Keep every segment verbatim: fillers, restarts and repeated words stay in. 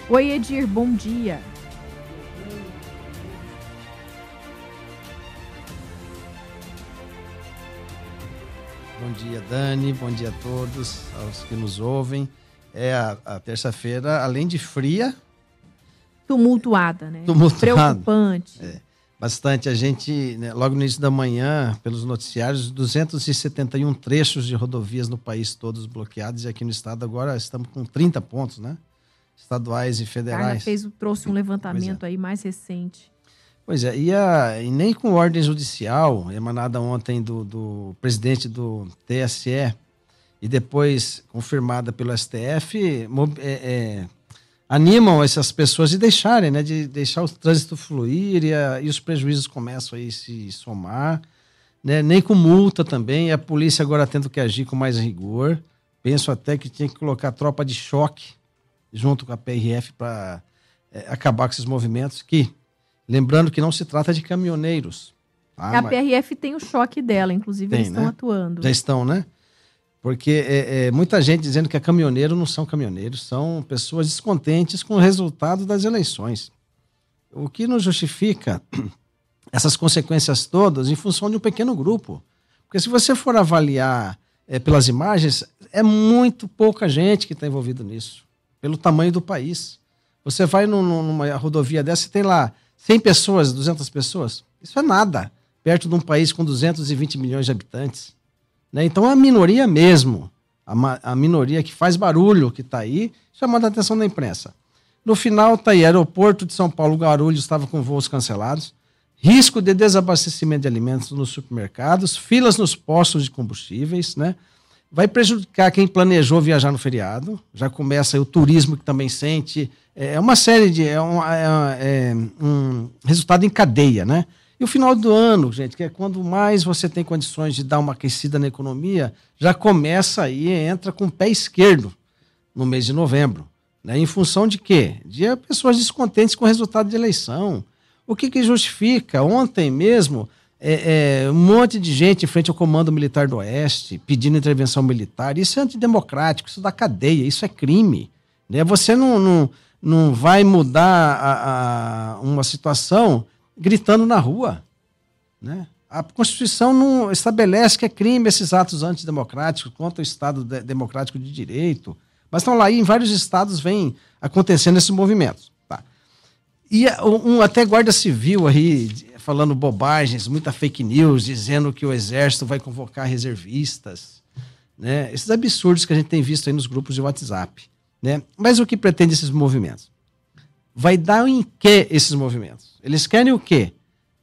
Oi, Edir, bom dia. Bom dia, Dani. Bom dia a todos, aos que nos ouvem. É a, a terça-feira, além de fria... Tumultuada, né? Tumultuada. Preocupante. É, bastante. A gente, né, logo no início da manhã, pelos noticiários, duzentos e setenta e um trechos de rodovias no país, todos bloqueados. E aqui no estado agora estamos com trinta pontos, né? Estaduais e federais. Carla fez, trouxe um levantamento é. aí mais recente. Pois é, e, a, e nem com ordem judicial, emanada ontem do, do presidente do T S E e depois confirmada pelo S T F, é, é, animam essas pessoas de deixarem, né, de deixar o trânsito fluir e, a, e os prejuízos começam a se somar, né, nem com multa também, a polícia agora tendo que agir com mais rigor. Penso até que tinha que colocar tropa de choque junto com a P R F para é, acabar com esses movimentos que... Lembrando que não se trata de caminhoneiros. Tá? A P R F tem o choque dela, inclusive tem, eles estão né? atuando. Já estão, né? Porque é, é, muita gente dizendo que é caminhoneiro, não são caminhoneiros, são pessoas descontentes com o resultado das eleições. O que não justifica essas consequências todas em função de um pequeno grupo. Porque se você for avaliar é, pelas imagens, é muito pouca gente que está envolvida nisso, pelo tamanho do país. Você vai num, numa rodovia dessa e tem lá cem pessoas, duzentas pessoas. Isso é nada, perto de um país com duzentos e vinte milhões de habitantes. Né? Então, a minoria mesmo, a, a minoria que faz barulho, que está aí, chamando a atenção da imprensa. No final, está aí, aeroporto de São Paulo, Guarulhos, estava com voos cancelados, risco de desabastecimento de alimentos nos supermercados, filas nos postos de combustíveis, né? Vai prejudicar quem planejou viajar no feriado, já começa aí o turismo que também sente, é uma série de, é um, é, é um resultado em cadeia, né? E o final do ano, gente, que é quando mais você tem condições de dar uma aquecida na economia, já começa aí, entra com o pé esquerdo no mês de novembro, né? Em função de quê? De pessoas descontentes com o resultado de eleição. O que que justifica? Ontem mesmo... É, é, um monte de gente em frente ao Comando Militar do Oeste pedindo intervenção militar. Isso é antidemocrático, isso dá cadeia, isso é crime. Né? Você não, não, não vai mudar a, a uma situação gritando na rua. Né? A Constituição não estabelece que é crime esses atos antidemocráticos contra o Estado de, democrático de direito. Mas estão lá, e em vários estados vem acontecendo esses movimentos. Tá? E um, até Guarda Civil aí... falando bobagens, muita fake news, dizendo que o Exército vai convocar reservistas, né? Esses absurdos que a gente tem visto aí nos grupos de WhatsApp, né? Mas o que pretende esses movimentos? Vai dar em que esses movimentos? Eles querem o quê?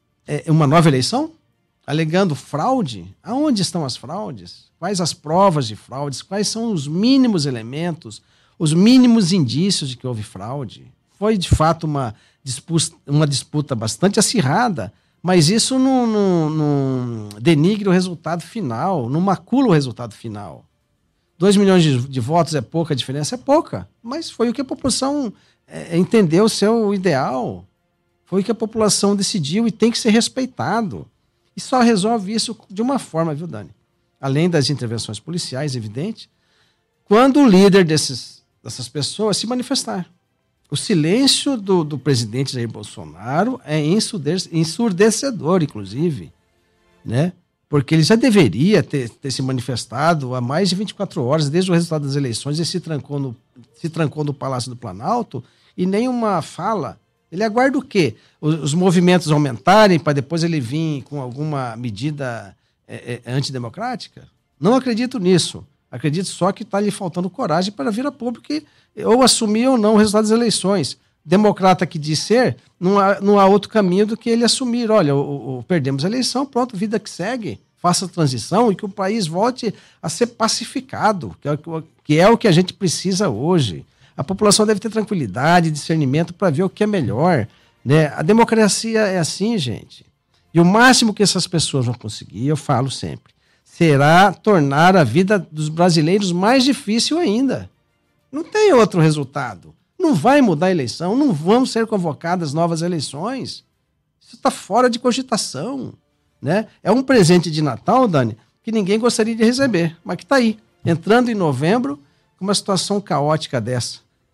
É uma nova eleição? Alegando fraude? Aonde estão as fraudes? Quais as provas de fraudes? Quais são os mínimos elementos, os mínimos indícios de que houve fraude? Foi, de fato, uma disputa, uma disputa bastante acirrada, mas isso não, não, não denigre o resultado final, não macula o resultado final. Dois milhões de, de votos é pouca, a diferença é pouca, mas foi o que a população é, entendeu o seu ideal, foi o que a população decidiu e tem que ser respeitado. E só resolve isso de uma forma, viu, Dani? Além das intervenções policiais, evidente, quando o líder desses, dessas pessoas se manifestar. O silêncio do, do presidente Jair Bolsonaro é ensurdecedor, inclusive, né? Porque ele já deveria ter, ter se manifestado há mais de vinte e quatro horas, desde o resultado das eleições, ele se trancou no, se trancou no Palácio do Planalto e nenhuma fala. Ele aguarda o quê? Os, os movimentos aumentarem para depois ele vir com alguma medida é, é, antidemocrática? Não acredito nisso. Acredito só que está lhe faltando coragem para vir a público e, ou assumir ou não o resultado das eleições. Democrata que diz ser, não há, não há outro caminho do que ele assumir. Olha, o, o, perdemos a eleição, pronto, vida que segue. Faça a transição e que o país volte a ser pacificado, que é, que é o que a gente precisa hoje. A população deve ter tranquilidade, discernimento para ver o que é melhor. Né? A democracia é assim, gente. E o máximo que essas pessoas vão conseguir, eu falo sempre, será tornar a vida dos brasileiros mais difícil ainda. Não tem outro resultado. Não vai mudar a eleição, não vão ser convocadas novas eleições. Isso está fora de cogitação. Né? É um presente de Natal, Dani, que ninguém gostaria de receber, mas que está aí, entrando em novembro, com uma situação caótica dessa.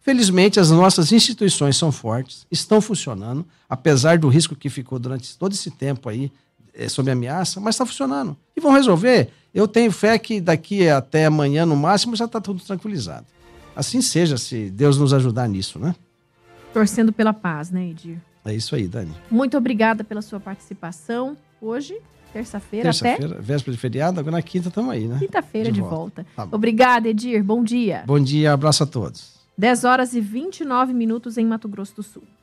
Felizmente, as nossas instituições são fortes, estão funcionando, apesar do risco que ficou durante todo esse tempo aí, é, sob ameaça, mas está funcionando. E vão resolver. Eu tenho fé que daqui até amanhã, no máximo, já está tudo tranquilizado. Assim seja, se Deus nos ajudar nisso, né? Torcendo pela paz, né, Edir? É isso aí, Dani. Muito obrigada pela sua participação hoje, terça-feira, terça-feira, véspera de feriado, agora na quinta estamos aí, né? Quinta-feira de, de volta. volta. Tá, obrigada, Edir. Bom dia. Bom dia, abraço a todos. dez horas e vinte e nove minutos em Mato Grosso do Sul.